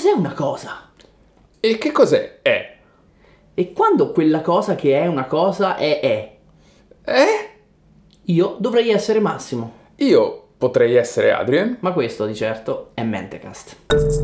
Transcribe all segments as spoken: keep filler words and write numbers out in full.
cos'è una cosa? E che cos'è è? E quando quella cosa che è una cosa è è? Eh? Io dovrei essere Massimo. Io potrei essere Adrien. Ma questo di certo è Mentecast.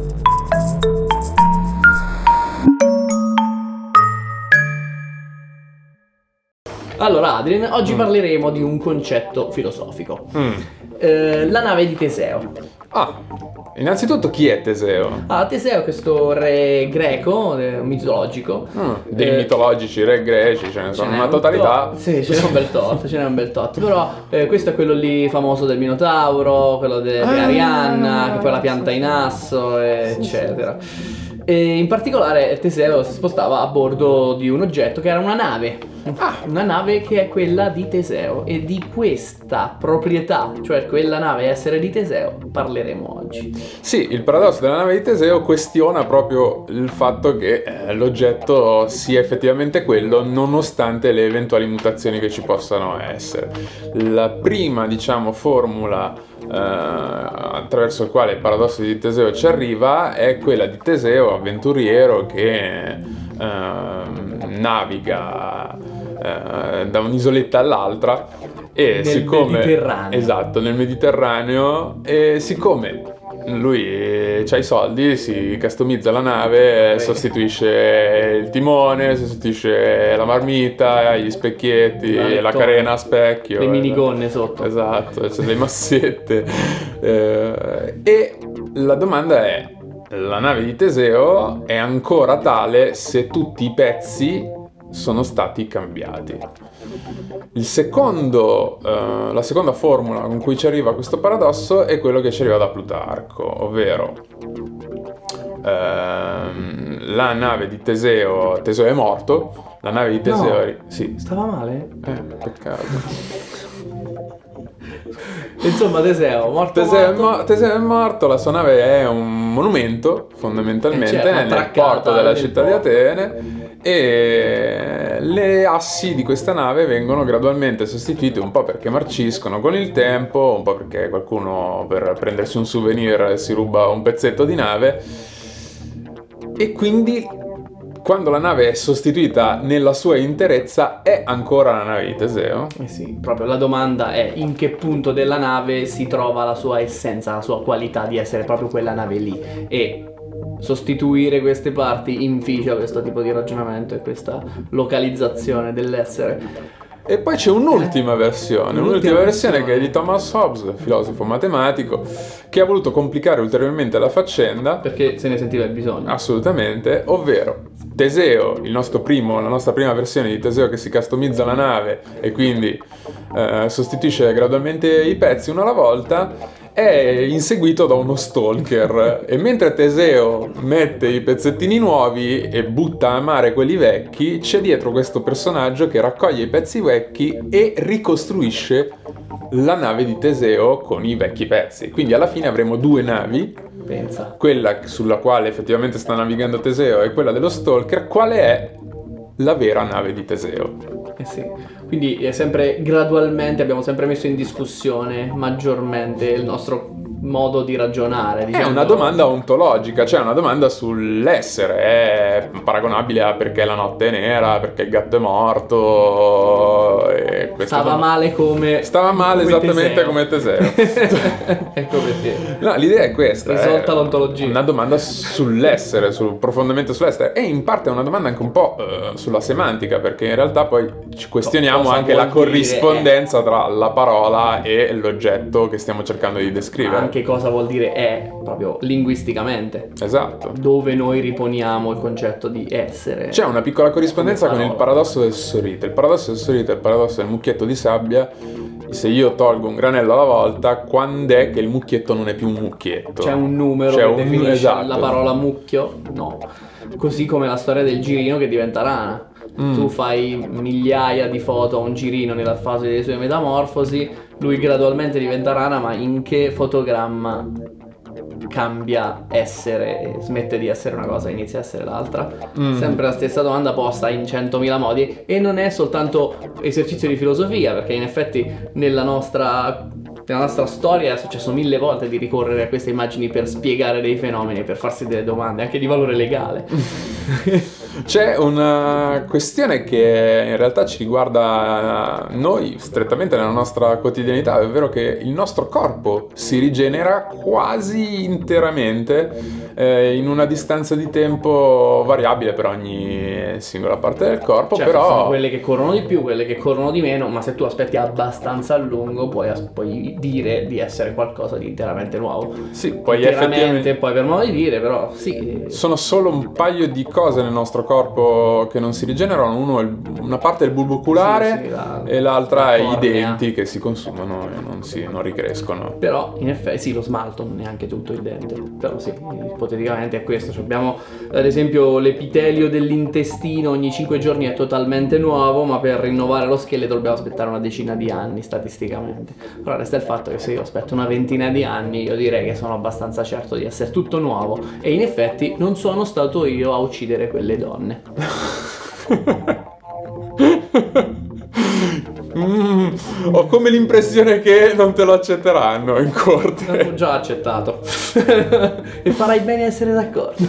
Allora Adrien, oggi mm. parleremo di un concetto filosofico. Mm. Eh, la nave di Teseo. Ah, innanzitutto chi è Teseo? Ah, Teseo è questo re greco, eh, mitologico. Mm, dei eh, mitologici re greci, ce ne sono una un totalità. To- sì, ce n'è un bel tot, ce n'è un bel tot. Però eh, questo è quello lì famoso del Minotauro, quello de- di ah, Arianna, che poi la pianta in asso, eccetera. E in particolare Teseo si spostava a bordo di un oggetto che era una nave. Ah, una nave che è quella di Teseo, e di questa proprietà, cioè quella nave essere di Teseo, parleremo oggi. Sì, il paradosso della nave di Teseo questiona proprio il fatto che eh, l'oggetto sia effettivamente quello, nonostante le eventuali mutazioni che ci possano essere. La prima, diciamo, formula eh, attraverso il quale il paradosso di Teseo ci arriva è quella di Teseo, avventuriero, che eh, naviga eh, da un'isoletta all'altra e nel siccome Mediterraneo. Esatto, nel Mediterraneo, e siccome lui c'ha i soldi, si customizza la nave, Beh. sostituisce il timone, sostituisce la marmita, gli specchietti, la, la carena a specchio, le minigonne sotto. Esatto, c'è le massette. eh, e la domanda è: la nave di Teseo è ancora tale se tutti i pezzi sono stati cambiati? Il secondo, uh, la seconda formula con cui ci arriva questo paradosso è quello che ci arriva da Plutarco, ovvero uh, la nave di Teseo, Teseo è morto, la nave di Teseo... No, sì. Stava male? Eh, peccato. Insomma, Teseo, morto, Teseo, morto. È mo- Teseo è morto, la sua nave è un monumento, fondamentalmente, eh certo, nel porto della città porto. di Atene, e le assi di questa nave vengono gradualmente sostituite, un po' perché marciscono con il tempo, un po' perché qualcuno per prendersi un souvenir si ruba un pezzetto di nave, e quindi quando la nave è sostituita nella sua interezza è ancora la nave di Teseo? Eh sì, proprio la domanda è: in che punto della nave si trova la sua essenza, la sua qualità di essere proprio quella nave lì? E sostituire queste parti inficia questo tipo di ragionamento e questa localizzazione dell'essere. E poi c'è un'ultima versione, Un'ultima un'ultima versione, versione che è di Thomas Hobbes, filosofo matematico, che ha voluto complicare ulteriormente la faccenda. Perché se ne sentiva il bisogno. Assolutamente, ovvero Teseo, il nostro primo, la nostra prima versione di Teseo che si customizza la nave e quindi eh, sostituisce gradualmente i pezzi uno alla volta, è inseguito da uno stalker, e mentre Teseo mette i pezzettini nuovi e butta a mare quelli vecchi, c'è dietro questo personaggio che raccoglie i pezzi vecchi e ricostruisce la nave di Teseo con i vecchi pezzi. Quindi alla fine avremo due navi. Pensa. Quella sulla quale effettivamente sta navigando Teseo e quella dello stalker. Quale è la vera nave di Teseo? Eh sì, quindi è sempre gradualmente abbiamo sempre messo in discussione maggiormente il nostro modo di ragionare, diciamo. È una domanda ontologica, cioè una domanda sull'essere. È paragonabile a perché la notte è nera, perché il gatto è morto, e stava sono... male come stava male come esattamente Teseo. come Teseo. Ecco perché. No, l'idea è questa, Risolta è l'ontologia. una domanda sull'essere, sul, profondamente sull'essere, e in parte è una domanda anche un po' uh, sulla semantica, perché in realtà poi ci questioniamo Cosa anche la vuol corrispondenza tra la parola e l'oggetto che stiamo cercando di descrivere. Anche cosa vuol dire è proprio linguisticamente. Esatto. Dove noi riponiamo il concetto di essere. C'è una piccola corrispondenza con il paradosso del sorite. Il paradosso del sorite è il paradosso del mucchietto di sabbia. Se io tolgo un granello alla volta, quando è che il mucchietto non è più un mucchietto? C'è un numero C'è che un... definisce esatto. la parola mucchio? No. Così come la storia del girino che diventa rana. Mm. Tu fai migliaia di foto a un girino nella fase delle sue metamorfosi, lui gradualmente diventa rana, ma in che fotogramma cambia essere e smette di essere una cosa e inizia a essere l'altra? Mm. Sempre la stessa domanda posta in centomila modi, e non è soltanto esercizio di filosofia, perché in effetti nella nostra nella nostra storia è successo mille volte di ricorrere a queste immagini per spiegare dei fenomeni, per farsi delle domande anche di valore legale. C'è una questione che in realtà ci riguarda noi strettamente nella nostra quotidianità, ovvero che il nostro corpo si rigenera quasi interamente eh, in una distanza di tempo variabile per ogni singola parte del corpo, cioè, però sono quelle che corrono di più, quelle che corrono di meno, ma se tu aspetti abbastanza a lungo puoi, puoi dire di essere qualcosa di interamente nuovo. sì, poi Interamente, effettivamente poi per modo di dire, però sì. sono solo un paio di cose nel nostro corpo che non si rigenerano. Uno è il- una parte del bulbo oculare Sì, sì, la- e l'altra la è i cornea. denti che si consumano e non, si, non ricrescono. Però in effetti sì, lo smalto, non neanche tutto il dente, però sì, ipoteticamente è questo. Cioè, abbiamo ad esempio l'epitelio dell'intestino ogni cinque giorni è totalmente nuovo, ma per rinnovare lo scheletro dobbiamo aspettare una decina di anni statisticamente. Però resta il fatto che se io aspetto una ventina di anni io direi che sono abbastanza certo di essere tutto nuovo, e in effetti non sono stato io a uccidere quelle donne. Mm, ho come l'impressione che non te lo accetteranno in corte. L'ho già accettato e farai bene a essere d'accordo.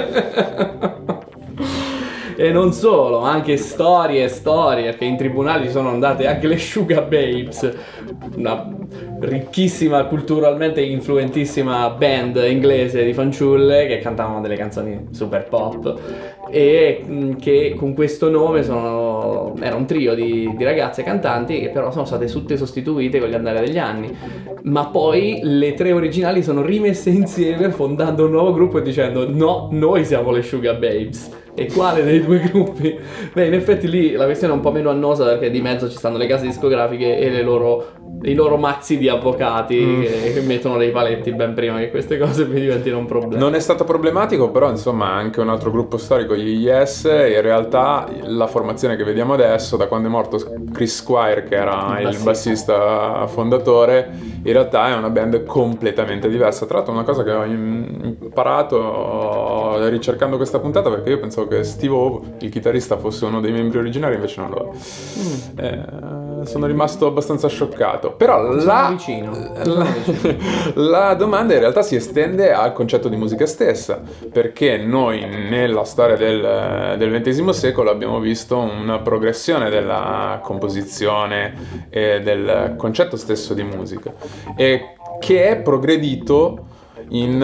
E non solo, anche storie e storie, perché in tribunali sono andate anche le Sugar Babes, una ricchissima, culturalmente influentissima band inglese di fanciulle che cantavano delle canzoni super pop e mh, che con questo nome sono, era un trio di, di ragazze cantanti che però sono state tutte sostituite con gli andare degli anni, ma poi le tre originali sono rimesse insieme fondando un nuovo gruppo e dicendo no, noi siamo le Sugar Babes. E quale dei due gruppi? Beh, in effetti lì la questione è un po' meno annosa perché di mezzo ci stanno le case discografiche e le loro, i loro mazzi di avvocati Mm. che, che mettono dei paletti ben prima che queste cose poi diventino un problema. Non è stato problematico, però insomma anche un altro gruppo storico, gli Yes, in realtà la formazione che vediamo adesso, da quando è morto Chris Squire, che era Il il bassista fondatore, in realtà è una band completamente diversa. Tra l'altro una cosa che ho imparato ricercando questa puntata, perché io pensavo che Steve Howe, il chitarrista, fosse uno dei membri originari, invece non lo è. Mm. Eh, sono rimasto abbastanza scioccato. Però la, vicino. la, la domanda in realtà si estende al concetto di musica stessa, perché noi nella storia del, del ventesimo secolo abbiamo visto una progressione della composizione e del concetto stesso di musica, e che è progredito in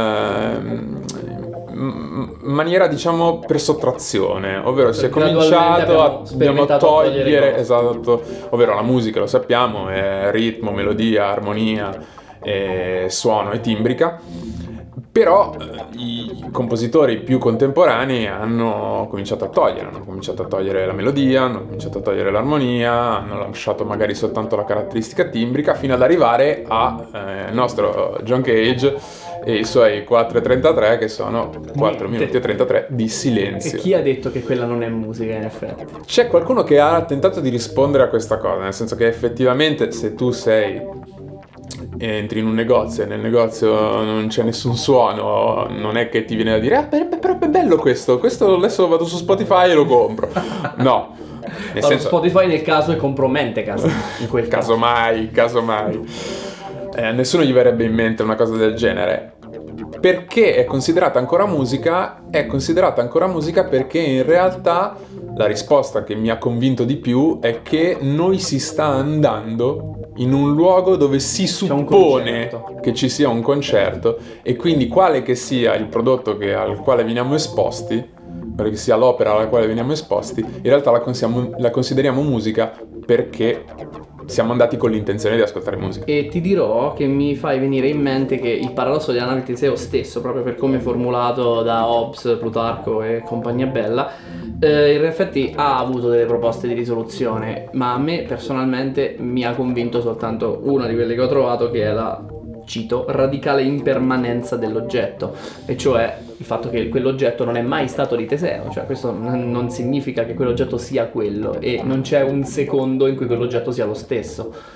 in maniera, diciamo, per sottrazione, ovvero si è Gradualmente cominciato a, abbiamo abbiamo a sperimentato a togliere togliere, cose. esatto, ovvero la musica, lo sappiamo, è ritmo, melodia, armonia, e suono e timbrica. Però eh, i compositori più contemporanei hanno cominciato a togliere, hanno cominciato a togliere la melodia, hanno cominciato a togliere l'armonia, hanno lasciato magari soltanto la caratteristica timbrica, fino ad arrivare al eh, nostro John Cage e i suoi quattro e trentatré, che sono quattro Niente. minuti e trentatré di E silenzio. chi ha detto che quella non è musica in effetti? C'è qualcuno che ha tentato di rispondere a questa cosa, nel senso che effettivamente se tu sei entri in un negozio e nel negozio non c'è nessun suono, non è che ti viene da dire ah, però, però è bello questo, questo adesso vado su Spotify e lo compro. No, nel Allora, senso, Spotify nel caso è compromente cast in quel caso. casomai, casomai, eh, nessuno gli verrebbe in mente una cosa del genere. Perché è considerata ancora musica? È considerata ancora musica perché in realtà la risposta che mi ha convinto di più è che noi si sta andando in un luogo dove si un suppone concerto. che ci sia un concerto, e quindi quale che sia il prodotto che- al quale veniamo esposti, quale che sia l'opera alla quale veniamo esposti, in realtà la, consiamo- la consideriamo musica perché siamo andati con l'intenzione di ascoltare musica. E ti dirò che mi fai venire in mente che il paradosso di Anna Teseo stesso, proprio per come è formulato da Hobbes, Plutarco e compagnia bella, eh, in effetti ha avuto delle proposte di risoluzione, ma a me personalmente mi ha convinto soltanto una di quelle che ho trovato, che è la, cito, radicale impermanenza dell'oggetto, e cioè il fatto che quell'oggetto non è mai stato di Teseo, cioè questo n- non significa che quell'oggetto sia quello, e non c'è un secondo in cui quell'oggetto sia lo stesso.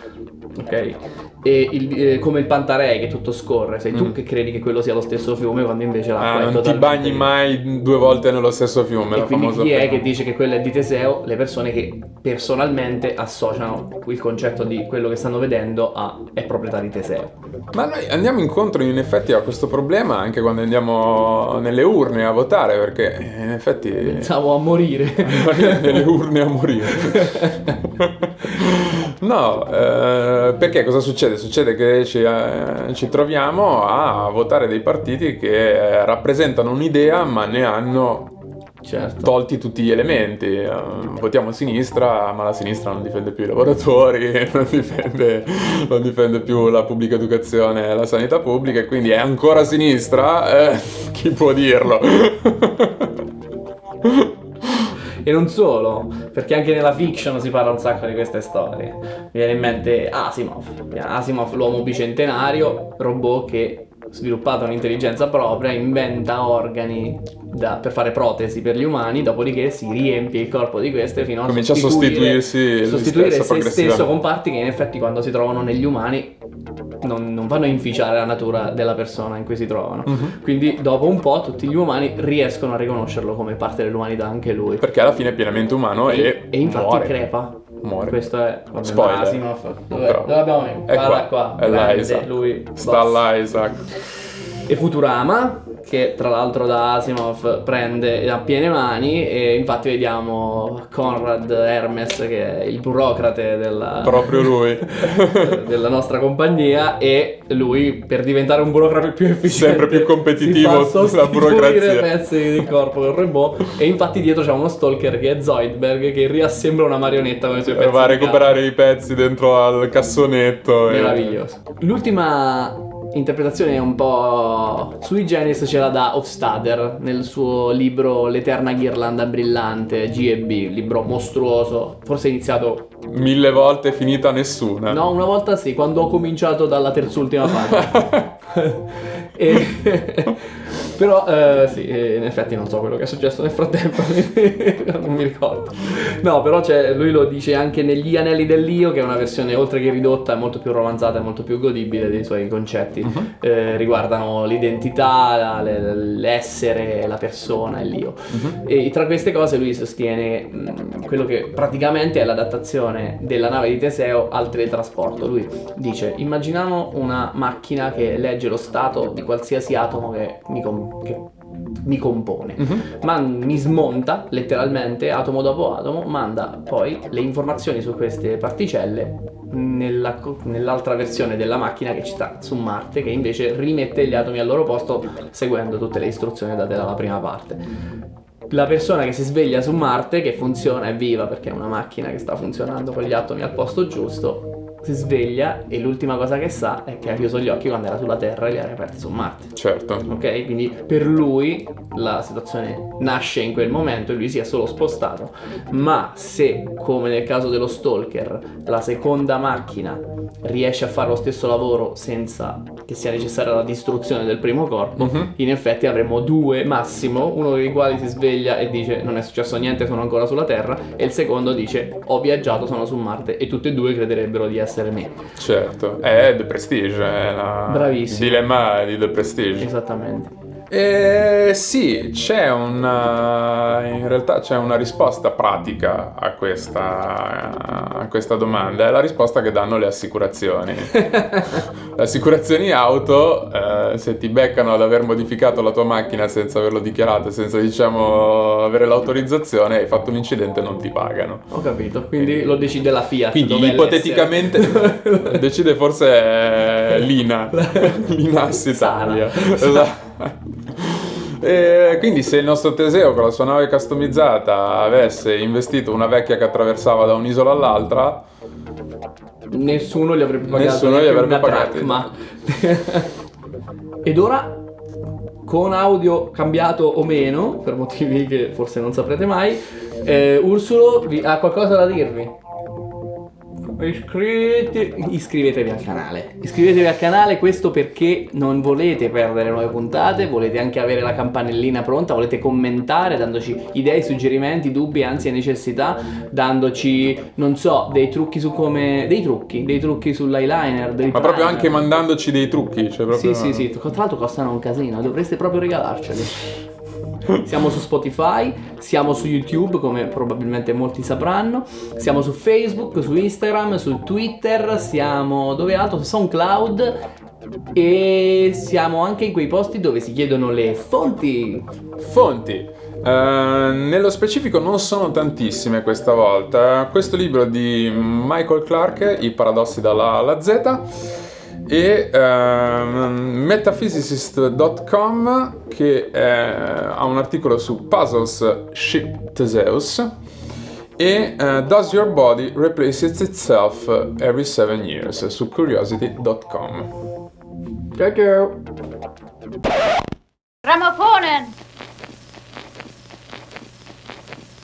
ok? E il, eh, come il Pantarei che tutto scorre, sei tu Mm. che credi che quello sia lo stesso fiume quando invece l'acqua Ah, è non ti totalmente bagni diversa. mai due volte nello stesso fiume. E la quindi famosa chi è frase. che dice che quello è di Teseo? Le persone che personalmente associano il concetto di quello che stanno vedendo a è proprietà di Teseo. Ma noi andiamo incontro in effetti a questo problema anche quando andiamo nelle urne a votare, perché in effetti Pensavo a morire. nelle urne a morire. No, eh, perché cosa succede? Succede che ci, eh, ci troviamo a votare dei partiti che eh, rappresentano un'idea ma ne hanno Certo. tolti tutti gli elementi. Eh, votiamo a sinistra, ma la sinistra non difende più i lavoratori, non difende, non difende più la pubblica educazione e la sanità pubblica, e quindi è ancora a sinistra, eh, chi può dirlo? E non solo, perché anche nella fiction si parla un sacco di queste storie. Mi viene in mente Asimov, Asimov l'uomo bicentenario, robot che, sviluppato un'intelligenza propria, inventa organi da- per fare protesi per gli umani, dopodiché si riempie il corpo di queste fino a Comincia a sostituire, sostituirsi lui sostituire stesso se stesso progressivamente. con parti che in effetti quando si trovano negli umani non, non vanno a inficiare la natura della persona in cui si trovano. Mhm. Quindi dopo un po' tutti gli umani riescono a riconoscerlo come parte dell'umanità anche lui. Perché alla fine è pienamente umano e, E, e infatti muore. crepa. Muore. Questo è vabbè, Spoiler. Asimov. Dove, Però- dove l'abbiamo messo? È Guarda qua, qua. è là grande, Isaac. lui. Sta boss. là Isaac. E Futurama, che tra l'altro da Asimov prende a piene mani, e infatti vediamo Conrad Hermes, che è il burocrate della, Proprio lui. della nostra compagnia, e lui, per diventare un burocrate più efficiente, Sempre più competitivo si fa sulla sostituire burocrazia. pezzi di corpo del robot, e infatti dietro c'è uno stalker che è Zoidberg, che riassembla una marionetta con i suoi pezzi Va a di recuperare i pezzi dentro al cassonetto. e- meraviglioso. L'ultima interpretazione un po' sui generis ce la dà Hofstadter nel suo libro L'eterna ghirlanda brillante, G e B, libro mostruoso, forse è iniziato, Mille volte finita nessuna. no, una volta sì, quando ho cominciato dalla terzultima pagina. E- però eh, sì, eh, in effetti non so quello che è successo nel frattempo, non mi ricordo. No, però c'è, lui lo dice anche negli Anelli dell'Io, che è una versione oltre che ridotta, è molto più romanzata e molto più godibile dei suoi concetti. Mhm. Eh, riguardano l'identità, la- le- l'essere, la persona e l'io. Mhm. E tra queste cose lui sostiene mh, quello che praticamente è l'adattazione della nave di Teseo al teletrasporto. Lui dice: immaginiamo una macchina che legge lo stato di qualsiasi atomo che mi, com- che mi compone, Mhm. ma mi smonta letteralmente atomo dopo atomo, manda poi le informazioni su queste particelle nella co- nell'altra versione della macchina che ci sta su Marte, che invece rimette gli atomi al loro posto seguendo tutte le istruzioni date dalla prima parte. La persona che si sveglia su Marte, che funziona, è viva perché è una macchina che sta funzionando con gli atomi al posto giusto, si sveglia e l'ultima cosa che sa è che ha chiuso gli occhi quando era sulla Terra e li ha riaperti su Marte. Certo. Ok, quindi per lui la situazione nasce in quel momento e lui si è solo spostato. Ma se, come nel caso dello stalker, la seconda macchina riesce a fare lo stesso lavoro senza che sia necessaria la distruzione del primo corpo, Mhm. in effetti avremo due massimo, uno dei quali si sveglia e dice non è successo niente, sono ancora sulla Terra, e il secondo dice ho viaggiato, sono su Marte, e tutti e due crederebbero di essere me. Certo. È The Prestige, è la... Bravissimo. il dilemma di The Prestige. Esattamente. Eh, sì, c'è una, in realtà c'è una risposta pratica a questa, a questa domanda, è la risposta che danno le assicurazioni. Le assicurazioni auto, eh, se ti beccano ad aver modificato la tua macchina senza averlo dichiarato, senza diciamo avere l'autorizzazione, hai fatto un incidente, non ti pagano. Ho capito, quindi lo decide la Fiat. Quindi dov'è ipoteticamente decide forse eh, l'Ina, l'Inas Italia. Esatto. E quindi se il nostro Teseo con la sua nave customizzata avesse investito una vecchia che attraversava da un'isola all'altra, Nessuno gli avrebbe pagato Nessuno gli neanche avrebbe una pagato. dracma. Ed ora, con audio cambiato o meno, per motivi che forse non saprete mai, eh, Ursulo vi- ha qualcosa da dirvi. Iscrivete... iscrivetevi al canale. Iscrivetevi al canale, questo perché non volete perdere nuove puntate, volete anche avere la campanellina pronta, volete commentare dandoci idee, suggerimenti, dubbi, ansie, necessità, dandoci, non so, dei trucchi su come... dei trucchi, dei trucchi sull'eyeliner, dei Ma primer. proprio anche mandandoci dei trucchi, cioè proprio... Sì, sì, sì, tra l'altro costano un casino, dovreste proprio regalarceli. Siamo su Spotify, siamo su YouTube, come probabilmente molti sapranno, siamo su Facebook, su Instagram, su Twitter, siamo dove altro? Su SoundCloud, e siamo anche in quei posti dove si chiedono le fonti. Fonti. Uh, nello specifico non sono tantissime questa volta. Questo libro di Michael Clarke, I paradossi dalla A alla Z, e uh, metaphysicist dot com, che eh, ha un articolo su Puzzles Ship Theseus, e uh, Does Your Body Replace Itself Every Seven Years su curiosity dot com. Ciao ciao. Grammofonen!